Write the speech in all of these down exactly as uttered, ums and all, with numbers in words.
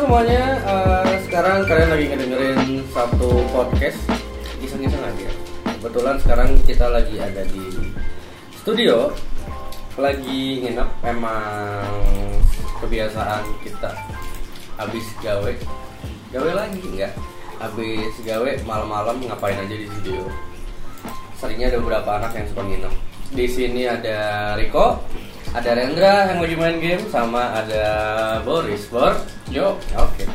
semuanya, uh, sekarang kalian lagi ngedengerin satu podcast iseng-iseng aja. Kebetulan sekarang kita lagi ada di studio, lagi nginep. Emang kebiasaan kita habis gawe, gawe lagi enggak? Habis gawe malam-malam ngapain aja di studio. Seringnya ada beberapa anak yang suka nginep. Di sini ada Riko, ada Rendra yang lagi main game, sama ada Boris. Bor, yo, oke. Okay.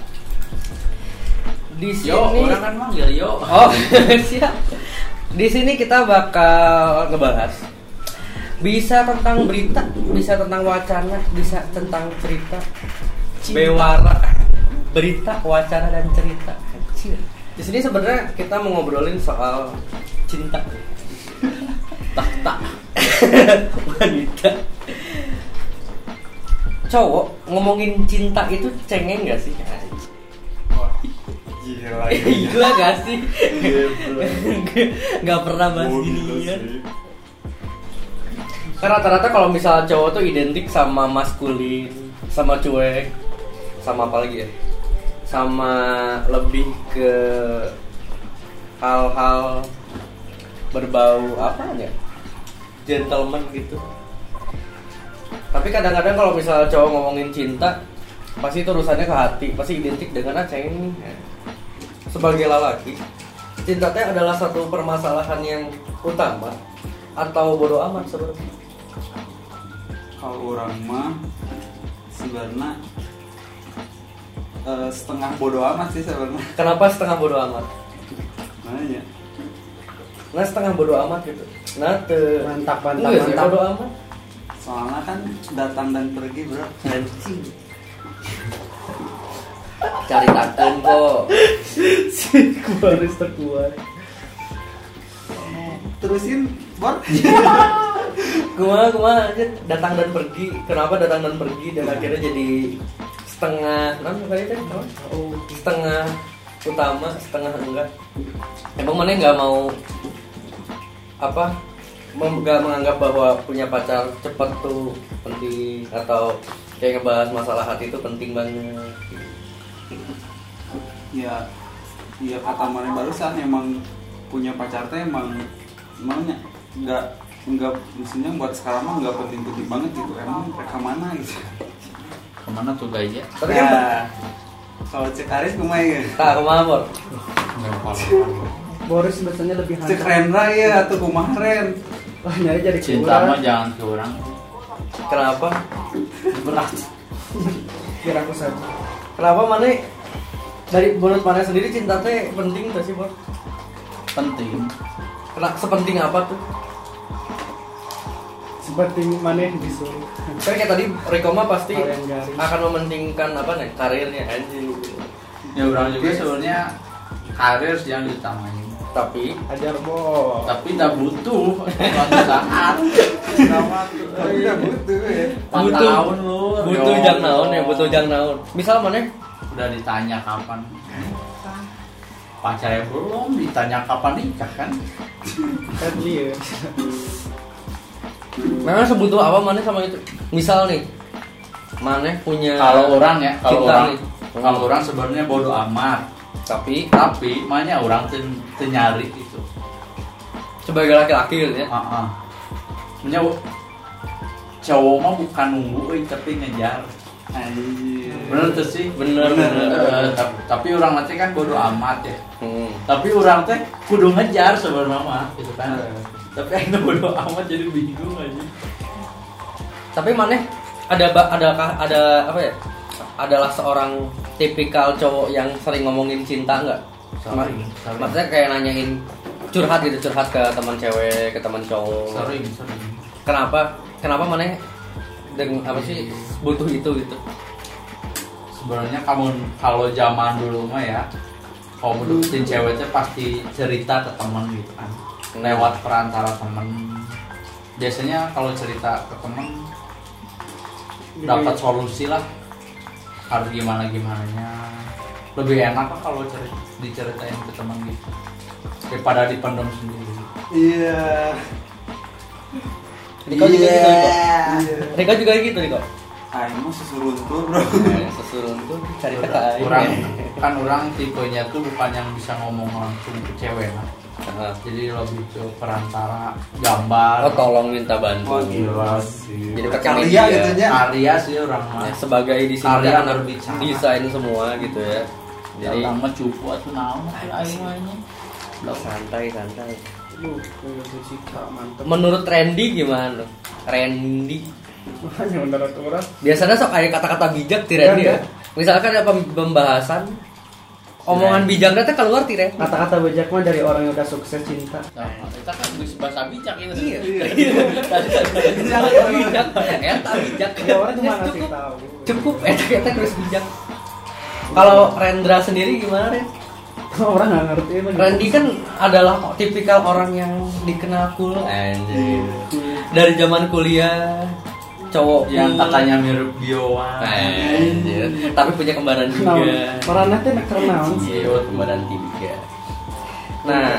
Di sini yo, orang kan manggil yo. Oh, siap. Di sini kita bakal ngebahas bisa tentang berita, bisa tentang wacana, bisa tentang cerita, bewara, berita, wacana dan cerita. Di sini sebenarnya kita mau ngobrolin soal cinta, tahta, wanita. Cowok ngomongin cinta itu cengeng gak sih? Wah, gila. Gila gak sih? Gak pernah bahas oh, ginian. Karena rata-rata kalau misalnya cowok tuh identik sama maskulin, sama cuek, sama apa lagi ya? Sama lebih ke hal-hal berbau apa ya? Gentleman gitu. Tapi kadang-kadang kalau misalnya cowok ngomongin cinta, pasti itu urusannya ke hati, pasti identik dengan cengeng. Sebagai lelaki, cinta teh adalah satu permasalahan yang utama atau bodoh amat sebenarnya. Kalau orang mah sebenarnya uh, setengah bodoh amat sih sebenarnya. Kenapa setengah bodoh amat? Nanya. Nah setengah bodoh amat gitu. Nah te mantap mantap enggak sih, mantap. bodoh amat. Soalnya kan datang dan pergi bro. Anjing. Cari takun kok. Si kuaris terkuat. Terusin bor. Gua gua aja datang dan pergi. Kenapa datang dan pergi dan akhirnya jadi setengah, nah kali itu oh, setengah utama, setengah enggak. Emang mana nggak mau apa? Nggak menganggap bahwa punya pacar cepat tuh penting, atau kayak ngebahas masalah hati itu penting banget. Ya, ya kata mana barusan emang punya pacar teh emang emangnya nggak nggak maksudnya buat sekarang mah nggak penting-penting banget gitu. Emang mereka mana gitu? Kemana tuh guys ya? Tapi kan Ya, kalau cek Aris kumaha ya? tak kemana Bor? Boris biasanya lebih Cek Rendra ya atau kumaha Ren? Wah nyari jadi Cinta mah jangan ke orang. Kenapa? Berat. biar aku saja. Kenapa mana dari menurut mana sendiri cinta teh penting tuh sih Bor? Penting. Kena sepenting apa tuh? Seperti mana disuruh. Kan kayak tadi Riko mah pasti Hal yang garis. akan mementingkan apa nih karirnya anjing. Ya orang juga sebenarnya karir sih yang diutamain. Tapi Ajar bos. Tapi tak butuh suatu saat. Sama tuh. Tapi nggak butuh ya. empat Butuh. tahun lu. butuh Yo. jang naon ya, butuh jang naon. Misal mana? Udah ditanya kapan pacarnya belum, ditanya kapan nikah kan? Kan iya. Memang sebutuh apa mana sama itu? Misal nih, mana punya Kalau orang ya, kalau cinta orang nih. kalau orang sebenarnya bodoh amat. Tapi Tapi makanya orang ten, ten nyari itu. sebagai laki-laki gitu ya. Heeh. Nya cowok mah bukan nunggu euy, tapi ngejar. Anjir. Bener tuh sih? Bener, bener. Eh, tapi, tapi orang nanti kan bodoh amat ya. Hmm. Tapi orang teh kudu ngejar sebenarnya mah gitu kan. Eh. Tapi akhirnya bodoh amat jadi bingung aja. Tapi mana ada ba- adakah ada apa ya? Adalah seorang tipikal cowok yang sering ngomongin cinta enggak? Sering, sering. Maksudnya kayak nanyain curhat gitu, curhat ke teman cewek, ke teman cowok. Sering, sering. Kenapa? Kenapa mana dengan apa sih butuh itu gitu? Sebenarnya kamu kalau zaman dulu mah ya, kalau deketin cewek teh pasti cerita ke teman gitu kan. Lewat perantara teman. Biasanya kalau cerita ke teman dapat solusi lah. Harus gimana gimananya. Lebih enak kan kalau cerita, diceritain ke teman gitu daripada dipendam sendiri. Iya. Riko juga gitu, Riko. Iya. Riko juga gitu, Riko. Aing mah sesuruntur bro. Nah, sesurun tuh cari kata orang kan orang tipenya tuh bukan yang bisa ngomong langsung ke cewek lah. Heeh. Jadi lebih ke perantara gambar. Oh, tolong minta bantu. Oh, gila sih. Jadi pakai Karya media gitu nya. Karya sih orang mah. Ya, sebagai di sini Karya kan anak berbicara. desain semua gitu ya. Jadi Jadi orang mah cupu atuh naon atuh aing mah ini. santai santai. Lu punya fisika mantep. Menurut Randy gimana? Randy Makanya menurut orang biasanya sok ada kata-kata bijak ti Randy ya. Iya, Misalkan ada pem- pembahasan omongan bijaknya teh keluar ti Randy. kata-kata bijak mah dari orang yang udah sukses cinta. Nah, kita kan bisa bahasa bijak itu. Iya. Kata bijak, eta bijak. Ya orang cuma ngasih Cukup, tahu. cukup eta eta terus bijak. Kalau Rendra sendiri gimana, Ren? Orang nggak ngerti itu. Randy kan adalah tipikal orang yang dikenal cool anjir. Dari zaman kuliah cowok Yang cool. katanya mirip Biowan. Anjir. Tapi punya kembaran Nah, tiga. orangnya tuh nak terkenal sih. Iya, kembaran tiga. Nah,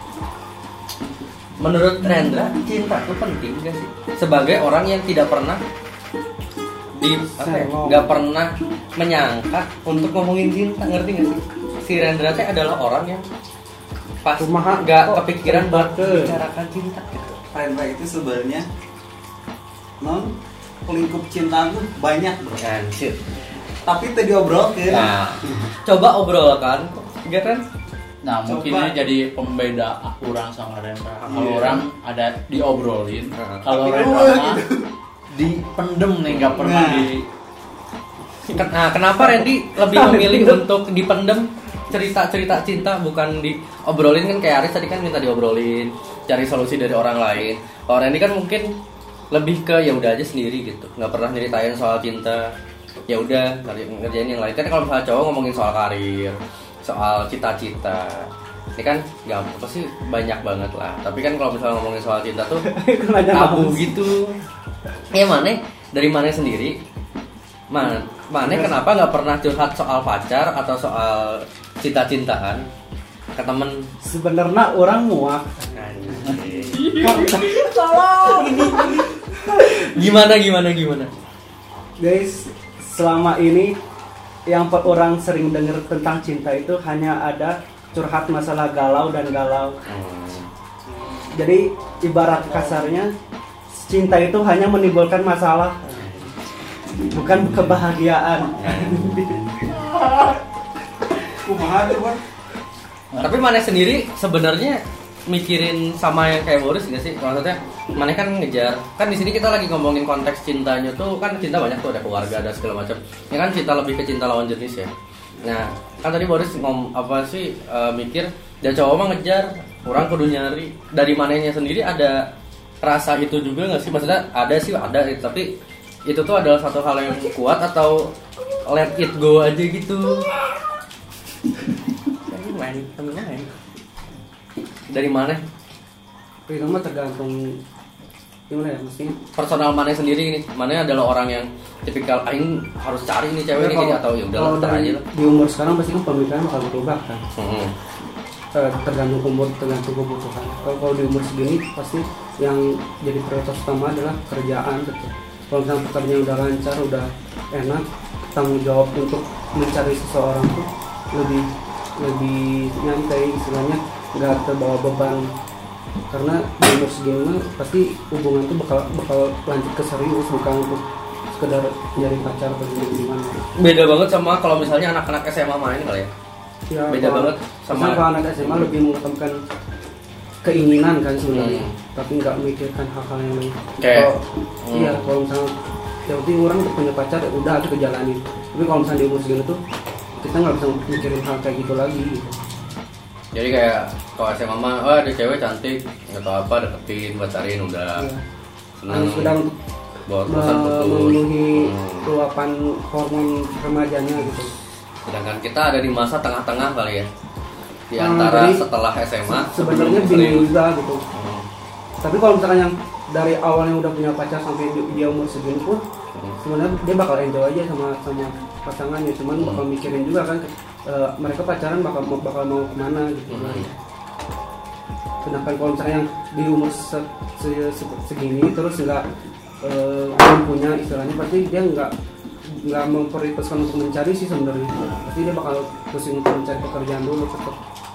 menurut Rendra cinta itu penting gak sih? Sebagai orang yang tidak pernah di apa ya, Sengong. nggak pernah menyangka untuk ngomongin cinta, ngerti gak sih? Si Rendra teh adalah orang yang pas Kumaha nggak kok kepikiran buat ke- bicarakan cinta gitu. Rendra itu sebenarnya non lingkup cinta tuh banyak bro. Anjir. Tapi tadi obrolkan. Nah, coba obrolkan, ya kan? Nah, mungkin Coba. ini jadi pembeda orang sama Rendra. Kalau Iya. orang ada diobrolin, Nah. kalau Tapi Rendra oh, mah gitu. dipendem nih, nggak pernah Nah. di. Ken- Nah, kenapa Randy lebih memilih untuk dipendem cerita-cerita cinta bukan diobrolin? Kan kayak Aris tadi kan minta diobrolin, cari solusi dari orang lain. Kalau Randy kan mungkin lebih ke ya udah aja sendiri gitu, nggak pernah nyeritain soal cinta. Ya udah ngerjain ngerjain yang lain. Kan kalau misalnya cowok ngomongin soal karir, soal cita-cita, ini kan nggak apa sih banyak banget lah. Tapi kan kalau misalnya ngomongin soal cinta tuh Nanya tabu apa sih? gitu. Ya mana? Dari mana sendiri? Man, mana kenapa nggak pernah curhat soal pacar atau soal cinta-cintaan ke temen? Sebenarnya orang muak. Gimana gimana gimana? Guys, selama ini yang pe- orang sering dengar tentang cinta itu hanya ada curhat masalah galau dan galau. Jadi ibarat kasarnya cinta itu hanya menimbulkan masalah, bukan kebahagiaan. Kumaha tuh bang? Tapi mana sendiri sebenarnya mikirin sama yang kayak Boris nggak sih? Maksudnya mana kan ngejar, kan di sini kita lagi ngomongin konteks cintanya tuh kan cinta banyak tuh, ada keluarga, ada segala macam. Ya kan cinta lebih ke cinta lawan jenis ya. Nah kan tadi Boris ngom apa sih eh, mikir, dia cowok mah ngejar, orang kudu nyari. Dari mananya sendiri ada rasa itu juga nggak sih? Maksudnya ada sih ada, tapi itu tuh adalah satu hal yang kuat atau let it go aja gitu? Main, main. Dari mana? Itu mah tergantung gimana ya maksudnya. Personal mana sendiri nih? Mana adalah orang yang tipikal aing harus cari nih cewek Ya, ini kalau- kayaknya, atau ya udah kalau lah, ntar dari- aja lah. di umur sekarang pasti kan pemikiran bakal berubah kan. Hmm. Eh, tergantung umur, tergantung kebutuhan. Kalau kalau di umur segini pasti yang jadi prioritas utama adalah kerjaan gitu. Kalau misalnya pekerjaan udah lancar, udah enak, tanggung jawab untuk mencari seseorang tuh lebih lebih nyantai istilahnya, nggak terbawa beban. Karena di umur segini mah pasti hubungan tuh bakal bakal lanjut ke serius, bukan untuk sekedar nyari pacar atau gimana. Beda banget sama kalau misalnya anak-anak S M A main kali ya. Ya, Beda kalau- banget sama- misalnya kalau anak S M A lebih mengedepankan keinginan kan sebenarnya, Hmm. tapi nggak memikirkan hal-hal yang lain. Kayak- Kalau- hmm. Iya, kalau misalnya ya penting orang tuh punya pacar, ya udah kita jalanin. Tapi kalau misalnya di umur segini tuh kita nggak bisa mikirin hal kayak gitu lagi. Gitu. Jadi kayak kalau S M A mah, oh ada cewek cantik, nggak tahu apa deketin, pacarin udah. Iya. Senang. Hanya sekedar untuk Bawa me- terusan putus. memenuhi Hmm. luapan hormon remajanya gitu. Sedangkan kita ada di masa tengah-tengah kali ya. Di Hmm, antara jadi setelah S M A. Sebenarnya sebelum bingung serius. juga gitu. Hmm. Tapi kalau misalkan yang dari awalnya udah punya pacar sampai di- dia umur segini pun Hmm. sebenarnya dia bakal enjoy aja sama sama pasangannya, cuman bakal mikirin juga kan eh, mereka pacaran bakal bakal mau kemana gitu kan. Hmm. Sedangkan kalau misalnya yang di umur se- se- se- segini terus nggak eh, belum punya istilahnya, pasti dia nggak nggak memprioritaskan untuk mencari sih sebenarnya. Pasti dia bakal pusing untuk mencari pekerjaan dulu tetap.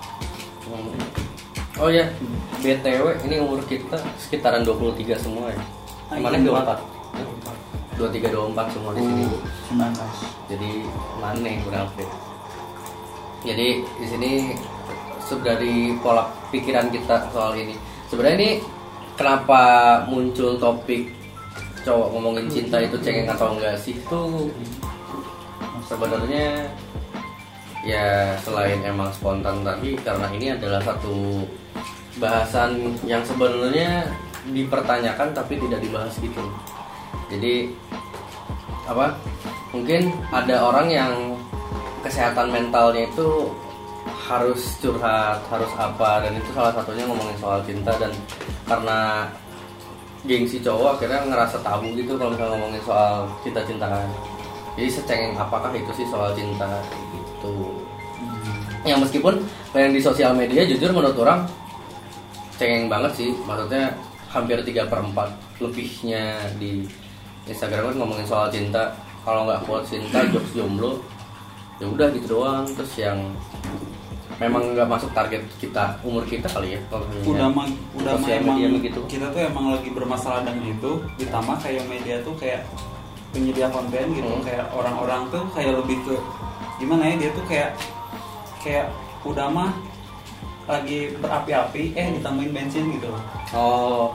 Oh ya, B T W ini umur kita sekitaran dua puluh tiga semua ya. Mana dua puluh empat? dua puluh tiga dua puluh empat semua di sini. sembilan belas. Jadi mana yang berapa? Jadi di sini dari pola pikiran kita soal ini. Sebenarnya ini kenapa muncul topik cowok ngomongin cinta itu cengeng atau enggak sih? Itu sebenarnya ya selain emang spontan tadi, karena ini adalah satu bahasan yang sebenarnya dipertanyakan tapi tidak dibahas gitu. Jadi apa? Mungkin ada orang yang kesehatan mentalnya itu harus curhat, harus apa, dan itu salah satunya ngomongin soal cinta. Dan karena gengsi cowok akhirnya ngerasa tabu gitu kalau misalnya ngomongin soal cinta-cintaan. Jadi secengeng apakah itu sih soal cinta gitu. Hmm. Yang meskipun yang di sosial media jujur menurut orang cengeng banget sih. Maksudnya hampir tiga per empat lebihnya di Instagram kan ngomongin soal cinta. Kalau nggak kuat cinta, jokes jomblo, ya udah gitu doang. Terus yang memang nggak masuk target kita, umur kita kali ya. Udah mah udah mah emang gitu. Kita tuh emang lagi bermasalah dengan itu. Ditambah kayak media tuh kayak penyedia konten gitu, hmm. kayak orang-orang tuh kayak lebih ke gimana ya, dia tuh kayak kayak udah mah lagi berapi-api eh ditambahin bensin gitu loh. Oh.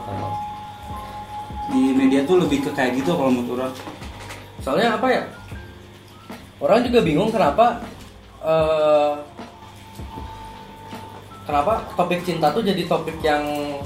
Di media tuh lebih ke kayak gitu kalau menurut orang. Soalnya apa ya? Orang juga bingung kenapa uh, kenapa topik cinta tuh jadi topik yang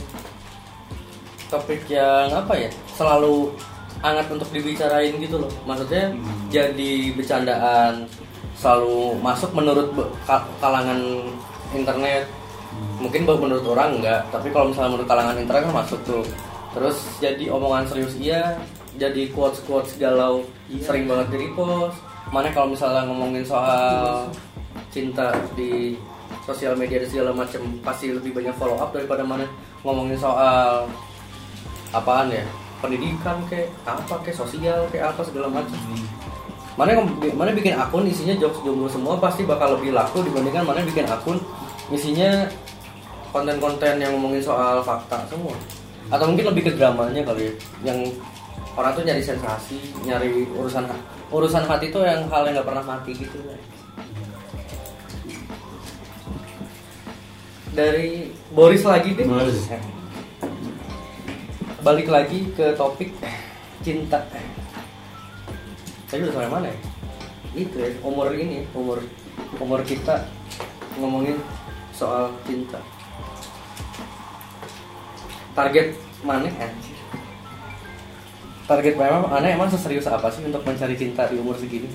topik yang apa ya? Selalu hangat untuk dibicarain gitu loh. Maksudnya hmm. jadi bercandaan, selalu masuk menurut kalangan internet. Hmm. Mungkin menurut orang enggak, tapi kalau misalnya menurut kalangan internet kan masuk tuh. Terus jadi omongan serius iya, jadi quotes-quotes galau iya. Sering banget di repost. Mana kalau misalnya ngomongin soal cinta di sosial media dan segala macam pasti lebih banyak follow up daripada mana ngomongin soal apaan ya, pendidikan kayak apa kayak sosial kayak apa segala macam. Mana mana bikin akun isinya jokes jomblo semua pasti bakal lebih laku dibandingkan mana bikin akun isinya konten-konten yang ngomongin soal fakta semua. Atau mungkin lebih ke dramanya kali ya, yang orang tuh nyari sensasi, nyari urusan urusan hati tuh yang hal yang nggak pernah mati gitu. Dari Boris lagi deh. Boris. Balik lagi ke topik cinta. Tadi udah sampai mana ya? Itu ya, umur ini, umur umur kita ngomongin soal cinta. Target mana anjir? Target memang aneh emang seserius apa sih untuk mencari cinta di umur segini?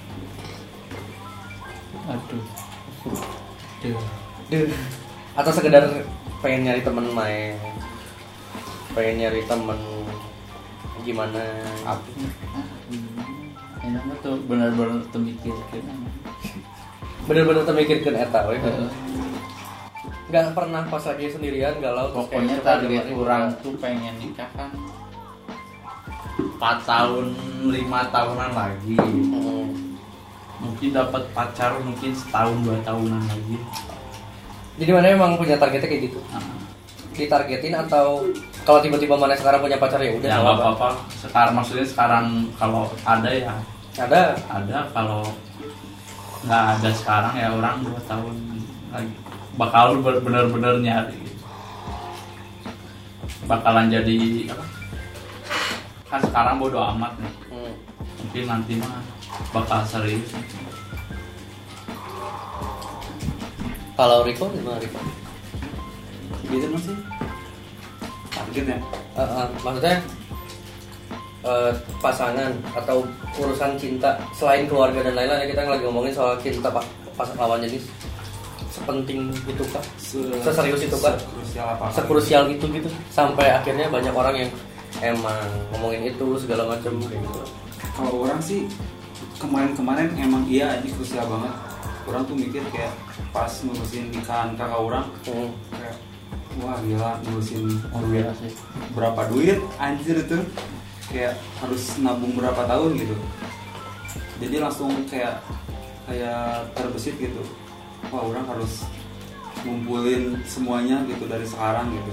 Aduh. Duh. Duh. Atau sekedar pengen nyari temen main, pengen nyari temen gimana? Apa? Enaknya tuh benar-benar termikirkan. Benar-benar termikirkan eta we. Nggak pernah pas lagi sendirian galau. Pokoknya target orang tuh pengen nikah kan empat tahun lima tahunan lagi. Hmm. Mungkin dapat pacar mungkin setahun dua tahunan lagi. Jadi mana emang punya targetnya kayak gitu? Uh. Ditargetin atau kalau tiba-tiba mana sekarang punya pacar ya udah? Ya nggak apa-apa. Sekarang maksudnya sekarang kalau ada ya ada. Ada kalau nggak ada sekarang ya orang dua tahun lagi bakal bener-bener nyari. Bakalan jadi apa? Kan sekarang bodo amat nih. Hmm. Mungkin nanti mah bakal serius. Kalau Riko gimana Riko? Gitu masih targetnya? Uh, uh, maksudnya uh, pasangan atau urusan cinta selain keluarga dan lain-lain, kita lagi ngomongin soal cinta pak pas lawan jenis. Sepenting itu kah? Seserius itu kah? Sekrusial apa? Sekrusial itu gitu sampai akhirnya banyak orang yang emang ngomongin itu segala macam kayak gitu. Kalau orang sih kemarin-kemarin emang iya ini krusial banget. Orang tuh mikir kayak pas ngurusin nikahan kakak orang, hmm. kayak wah gila ngurusin oh, iya sih. Berapa duit anjir itu. kayak harus nabung berapa tahun gitu. Jadi langsung kayak kayak terbesit gitu. Wah, orang harus ngumpulin semuanya gitu dari sekarang gitu.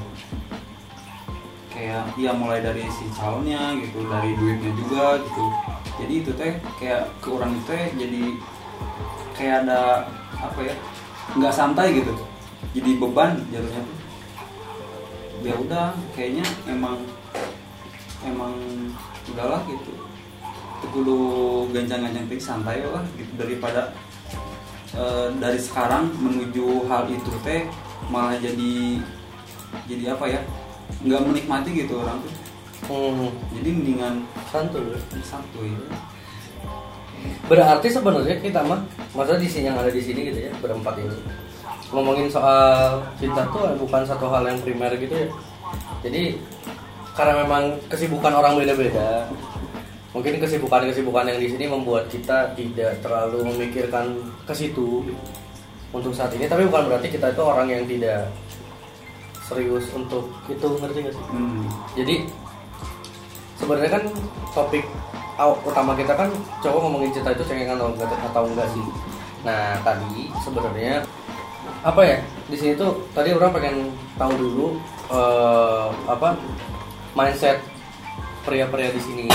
Kayak ya mulai dari si calonnya gitu, dari duitnya juga gitu. Jadi itu teh kayak ke orang itu teh jadi kayak ada apa ya? Nggak santai gitu. Jadi beban jatuhnya tuh. Ya udah, kayaknya emang emang udahlah gitu. Itu kudu gancang-gancang tik santai lah gitu, daripada e, dari sekarang menuju hal itu teh malah jadi jadi apa ya? Nggak menikmati gitu orang tuh. Hmm. Jadi mendingan Santuy. santuy. Berarti sebenarnya kita mah, maksudnya di sini yang ada di sini gitu ya, berempat ini ngomongin soal cinta tuh bukan satu hal yang primer gitu ya. Jadi karena memang kesibukan orang beda-beda, mungkin kesibukan-kesibukan yang di sini membuat kita tidak terlalu memikirkan ke situ untuk saat ini. Tapi bukan berarti kita itu orang yang tidak serius untuk itu, ngerti gak sih? Hmm. Jadi sebenarnya kan topik utama kita kan coba ngomongin cinta itu cengengan atau enggak, atau enggak sih. Nah tadi sebenarnya apa ya, di sini tuh tadi orang pengen tahu dulu uh, apa mindset pria-pria di sini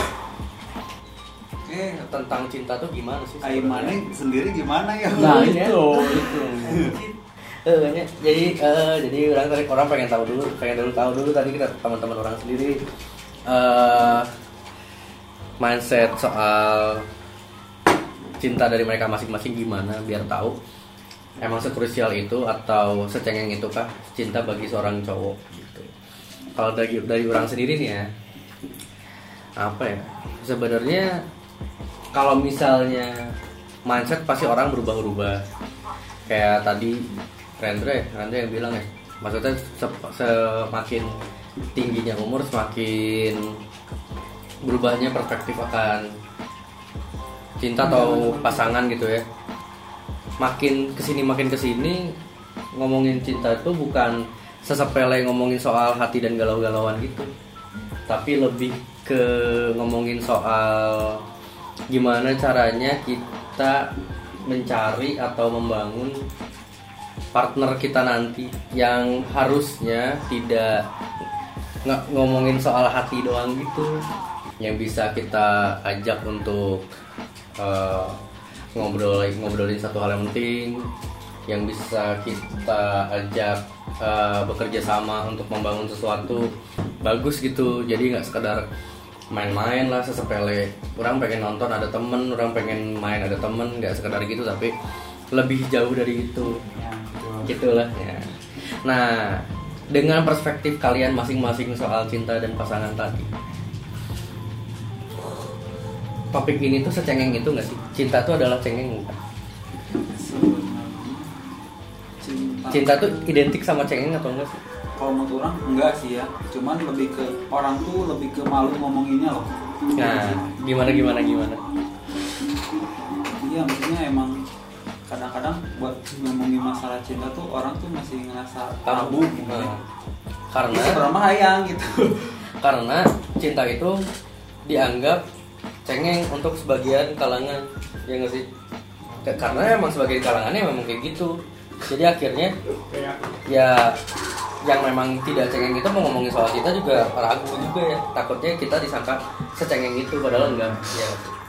Eh, tentang cinta tuh gimana sih? Aimannya sendiri gimana ya? Nah, Iya. itu itu Eh, jadi eh, jadi orang tadi orang pengen tahu dulu, pengen dulu tahu dulu tadi kita teman-teman orang sendiri eh mindset soal cinta dari mereka masing-masing gimana, biar tahu emang sekrusial itu atau secengeng itu kah cinta bagi seorang cowok gitu. Kalau dari dari orang sendiri nih ya, apa ya, sebenarnya kalau misalnya mindset pasti orang berubah-ubah. Kayak tadi Rendra, Rendra yang bilang ya, maksudnya se- semakin tingginya umur semakin berubahnya perspektif akan cinta atau pasangan gitu ya. Makin kesini makin kesini ngomongin cinta itu bukan sesepele ngomongin soal hati dan galau-galauan gitu, tapi lebih ke ngomongin soal gimana caranya kita mencari atau membangun partner kita nanti yang harusnya tidak ng- ngomongin soal hati doang gitu, yang bisa kita ajak untuk uh, ngobrol ngobrolin satu hal yang penting, yang bisa kita ajak uh, bekerja sama untuk membangun sesuatu bagus gitu. Jadi nggak sekedar main-main lah sesepele, orang pengen nonton ada temen, orang pengen main ada temen, nggak sekedar gitu, tapi lebih jauh dari itu Ya, gitulah ya. Nah, dengan perspektif kalian masing-masing soal cinta dan pasangan tadi, topik ini tuh secengeng itu nggak sih? Cinta tuh adalah cengeng bukan? sebenarnya cinta. Cinta tuh identik sama cengeng atau enggak sih? Kalau menurut orang enggak sih ya, cuman lebih ke orang tuh lebih ke malu ngomonginnya loh. Nah, gimana gimana gimana? Iya, maksudnya emang kadang-kadang buat ngomongin masalah cinta tuh orang tuh masih ngerasa tabu mungkin. Nah, karena Seberapa hayang gitu. karena cinta itu dianggap cengeng untuk sebagian kalangan, ya nggak sih? Karena emang sebagian kalangannya memang kayak gitu. Jadi akhirnya ya yang memang tidak cengeng itu mau ngomongin soal kita juga ragu juga ya, takutnya kita disangka secengeng itu padahal enggak ya.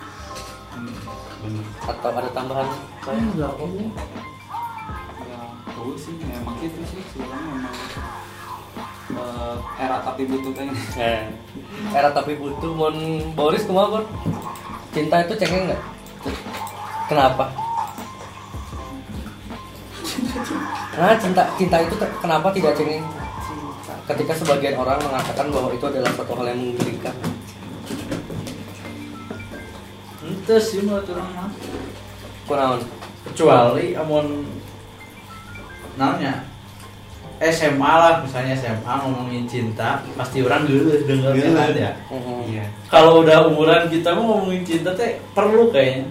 Atau ada tambahan kayak enggak kok. Ya, tahu sih, memang gitu sih sebenarnya memang eh, era tapi butuh kayaknya. eh, era tapi butuh. Mon Boris kumaha Bon? Cinta itu cengeng nggak? Kenapa? Nah, cinta cinta itu te- kenapa tidak cengeng? Ketika sebagian orang mengatakan bahwa itu adalah satu hal yang mengerikan. Itu sih menurut orang mah. Kunaon? Kecuali amun namanya S M A lah, misalnya S M A ngomongin cinta pasti orang geuleuh dengernya kan ya. Iya. Kalau udah umuran kita mau ngomongin cinta teh perlu kayaknya.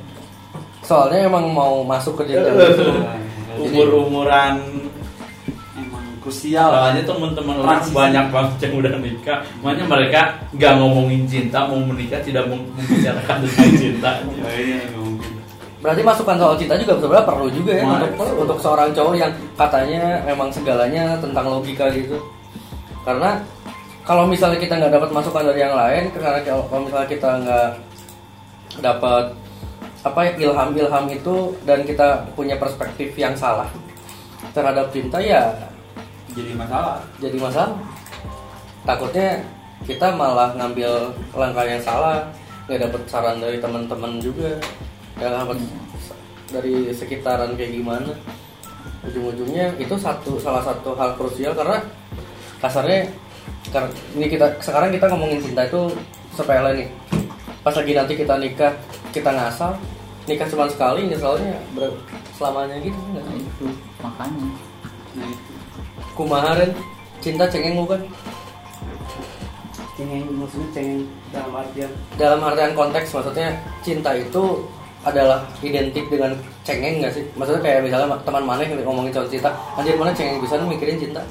Soalnya emang mau masuk ke jenjang Eh, itu. Umur-umuran Emang krusial. Soalnya teman-teman orang banyak banget yang udah nikah, makanya mereka nggak ngomongin cinta, mau menikah tidak membicarakan tentang cinta. Ya, iya, nggak mungkin. Berarti masukan soal cinta juga sebenarnya perlu juga ya untuk untuk seorang cowok yang katanya memang segalanya tentang logika gitu. Karena kalau misalnya kita nggak dapat masukan dari yang lain, karena kalau misalnya kita nggak dapat apa ya, ilham-ilham itu dan kita punya perspektif yang salah terhadap cinta, ya Jadi masalah. jadi masalah. Takutnya kita malah ngambil langkah yang salah, nggak dapat saran dari teman-teman juga, nggak dapat dari sekitaran kayak gimana. Ujung-ujungnya itu satu salah satu hal krusial, karena kasarnya karena ini kita sekarang kita ngomongin cinta itu sepele nih. Pas lagi nanti kita nikah, kita ngasal, nikah cuma sekali, nyesalnya ber- selamanya gitu nggak sih? Itu makanya. Nah itu. Kumaha Ren? Cinta cengeng bukan? Cengeng maksudnya cengeng dalam artian Dalam artian konteks, maksudnya cinta itu adalah identik dengan cengeng nggak sih? Maksudnya kayak misalnya teman mana yang ngomongin soal cinta, anjir mana cengeng bisa mikirin cinta?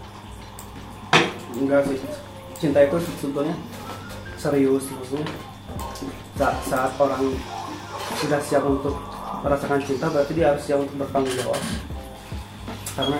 enggak sih. Cinta itu sebetulnya serius, maksudnya saat, saat orang sudah siap untuk merasakan cinta, berarti dia harus siap untuk bertanggung jawab. Karena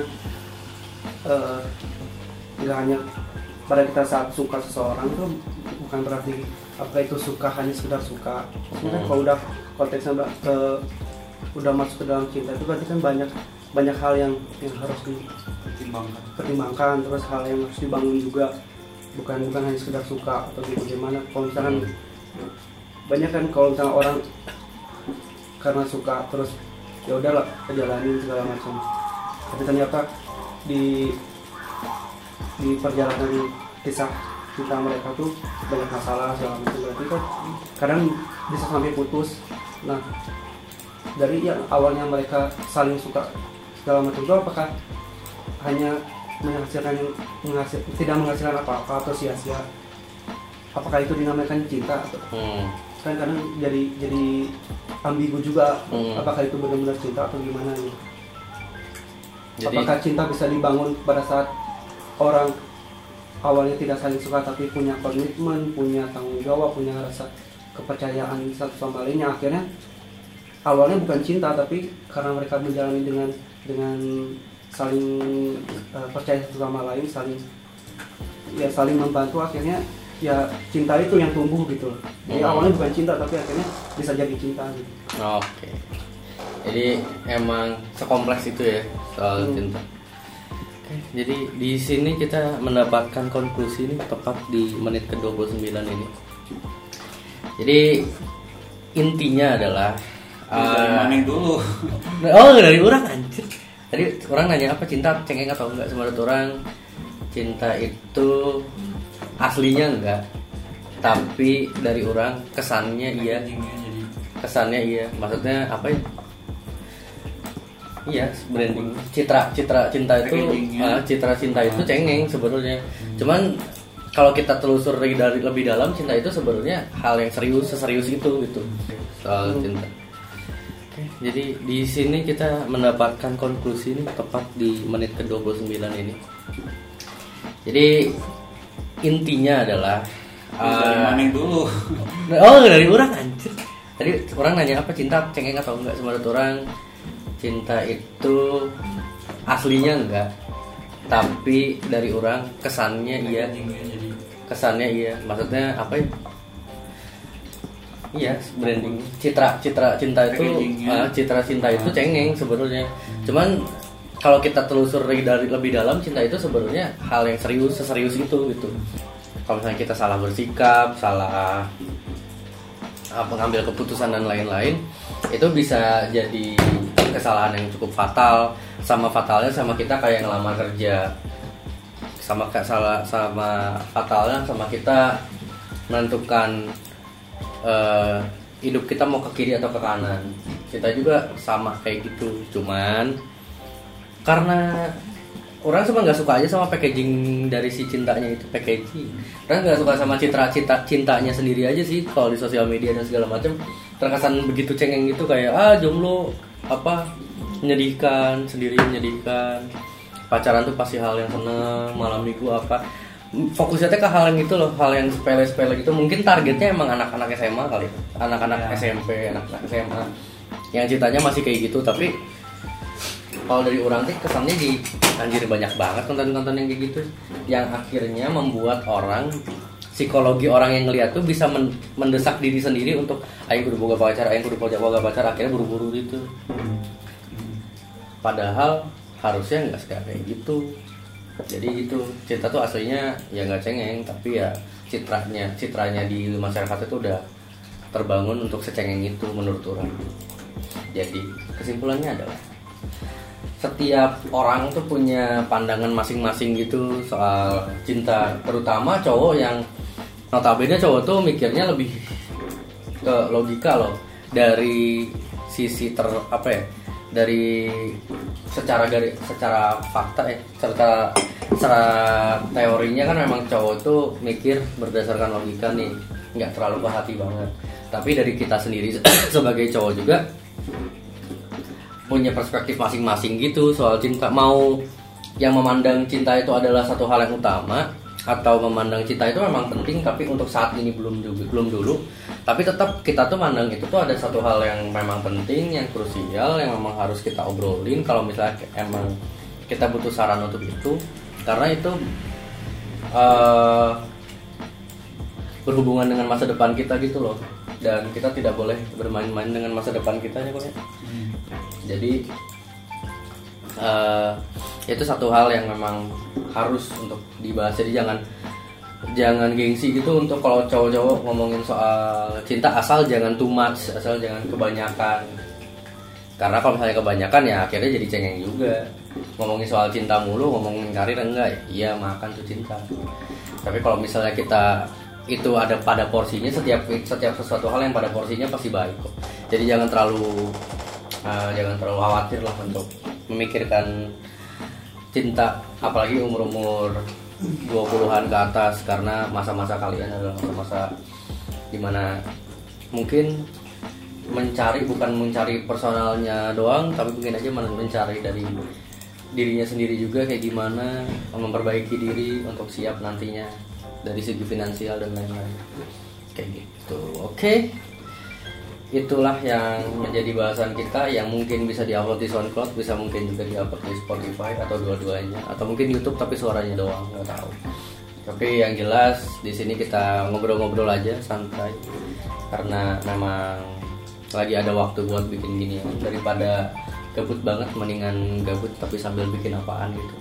eh, nggak hanya pada kita saat suka seseorang itu bukan berarti apa itu suka hanya sekedar suka. Maksudnya kan kalau udah konteksnya udah ke udah masuk ke dalam cinta itu berarti kan banyak banyak hal yang yang harus Pertimbangkan. dipertimbangkan, terus hal yang harus dibangun juga, bukan bukan hanya sekedar suka atau bagaimana. Kalau misalkan banyak kan kalau misalnya orang karena suka terus ya udahlah jalanin segala macam, tapi ternyata di di perjalanan kisah cinta mereka tuh banyak masalah segala macam, berarti kan kadang bisa sampai putus. Nah dari yang awalnya mereka saling suka segala macam itu apakah hanya menghasilkan menghasil, tidak menghasilkan apa-apa atau sia-sia, apakah itu dinamakan cinta atau Hmm. kan kadang jadi jadi ambigu juga. Hmm. Apakah itu benar-benar cinta atau gimana gitu. Jadi, Apakah cinta bisa dibangun pada saat orang awalnya tidak saling suka tapi punya komitmen, punya tanggung jawab, punya rasa kepercayaan satu sama lainnya, akhirnya awalnya bukan cinta tapi karena mereka menjalani dengan dengan saling uh, percaya satu sama lain, saling ya saling membantu, akhirnya ya cinta itu yang tumbuh gitu. Jadi Hmm. awalnya bukan cinta tapi akhirnya bisa jadi cinta gitu. Oke. Jadi emang sekompleks itu ya soal Hmm. cinta. Oke, jadi di sini kita mendapatkan konklusi ini tepat di menit ke dua puluh sembilan ini. Jadi intinya adalah Dari uh, mana dulu? oh dari orang anjir. Tadi orang nanya apa, cinta cengeng atau enggak? Menurut orang cinta itu aslinya enggak, tapi dari orang kesannya iya. Anjingnya jadi Kesannya iya, maksudnya apa ya? Iya, branding, citra, citra cinta itu, Packagingnya. uh, citra cinta itu cengeng sebenarnya. Cuman kalau kita telusuri dari lebih dalam, cinta itu sebenarnya hal yang serius, seserius itu gitu soal cinta. Oke, jadi di sini kita mendapatkan konklusi ini tepat di menit ke dua puluh sembilan ini. Jadi intinya adalah dari uh, mana dulu? oh dari orang anjir. Tadi orang nanya apa, cinta cengeng atau enggak? Menurut orang cinta itu aslinya enggak, tapi dari orang kesannya iya. Anjingnya jadi Kesannya iya, maksudnya apa ya? Iya, branding, citra, citra cinta itu, Packagingnya. uh, citra cinta itu cengeng sebenarnya. Cuman kalau kita telusuri dari lebih dalam, cinta itu sebenarnya hal yang serius, seserius itu gitu. Kalau misalnya kita salah bersikap, salah uh, mengambil keputusan dan lain-lain, itu bisa jadi kesalahan yang cukup fatal. Sama fatalnya sama kita kayak ngelamar kerja, sama kayak salah sama fatalnya sama kita menentukan uh, hidup kita mau ke kiri atau ke kanan. Kita juga sama kayak gitu, cuman karena orang cuma nggak suka aja sama packaging dari si cintanya itu, packaging. Orang nggak suka sama citra cita cintanya sendiri aja sih. Kalau di sosial media dan segala macam terkesan begitu cengeng gitu, kayak ah jomblo apa menyedihkan, sendiri menyedihkan. pacaran tuh pasti hal yang seneng, malam minggu apa, fokusnya tuh ke hal yang gitu loh, hal yang sepele-sepele gitu. Mungkin targetnya emang anak-anak S M A kali, anak-anak Ya. S M P, anak-anak S M A yang ceritanya masih kayak gitu. Tapi kalau dari orang sih kesannya di anjir banyak banget konten-konten yang kayak gitu, yang akhirnya membuat orang, psikologi orang yang ngeliat tuh bisa men- mendesak diri sendiri untuk ayo kudu boga pacar, ayo kudu boga pacar, akhirnya buru-buru gitu. Padahal harusnya nggak kayak gitu. Jadi gitu, cinta tuh aslinya ya nggak cengeng, tapi ya citranya citranya di masyarakat itu udah terbangun untuk secengeng itu menurut orang. Jadi kesimpulannya adalah setiap orang tuh punya pandangan masing-masing gitu soal cinta, terutama cowok yang notabene cowok tuh mikirnya lebih ke logika loh, dari sisi ter apa ya, dari secara gari, secara fakta ya, secara secara teorinya kan memang cowok tuh mikir berdasarkan logika nih, nggak terlalu ke hati banget. Tapi dari kita sendiri sebagai cowok juga punya perspektif masing-masing gitu soal cinta, mau yang memandang cinta itu adalah satu hal yang utama, atau memandang cinta itu memang penting tapi untuk saat ini belum juga, belum dulu. Tapi tetap kita tuh mandang itu tuh ada satu hal yang memang penting, yang krusial, yang memang harus kita obrolin kalau misalnya emang kita butuh saran untuk itu, karena itu uh, berhubungan dengan masa depan kita gitu loh, dan kita tidak boleh bermain-main dengan masa depan kita ya, ya. Hmm. Jadi uh, itu satu hal yang memang harus untuk dibahas. Jadi jangan jangan gengsi gitu untuk kalau cowok-cowok ngomongin soal cinta, asal jangan too much, asal jangan kebanyakan. Karena kalau misalnya kebanyakan ya akhirnya jadi cengeng juga. Ngomongin soal cinta mulu, ngomongin karir enggak ya? Iya, makan tuh cinta. Tapi kalau misalnya kita itu ada pada porsinya, setiap setiap sesuatu hal yang pada porsinya pasti baik kok. Jadi jangan terlalu uh, jangan terlalu khawatir lah untuk memikirkan cinta, apalagi umur-umur dua puluhan ke atas, karena masa-masa kalian adalah masa-masa dimana mungkin mencari, bukan mencari personalnya doang, tapi mungkin aja mencari dari dirinya sendiri juga, kayak gimana memperbaiki diri untuk siap nantinya dari segi finansial dan lain-lain kayak gitu. Oke, itulah yang menjadi bahasan kita, yang mungkin bisa diupload di SoundCloud, bisa mungkin juga diupload di Spotify atau dua-duanya, atau mungkin YouTube tapi suaranya doang, nggak tahu. Tapi yang jelas di sini kita ngobrol-ngobrol aja santai, karena memang lagi ada waktu buat bikin gini ya, daripada gabut banget, mendingan gabut tapi sambil bikin apaan gitu,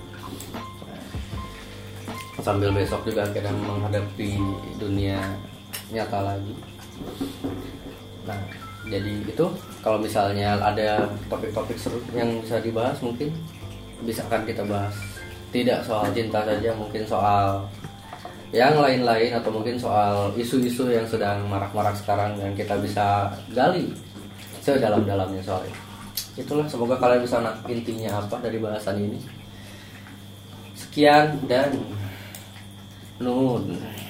sambil besok juga akhirnya menghadapi dunia nyata lagi. Nah, jadi itu kalau misalnya ada topik-topik seru yang bisa dibahas, mungkin bisa akan kita bahas. Tidak soal cinta saja, mungkin soal yang lain-lain, atau mungkin soal isu-isu yang sedang marak-marak sekarang yang kita bisa gali sedalam-dalamnya soal itu. Itulah, semoga kalian bisa nangkep intinya apa dari bahasan ini. Sekian dan nuhun.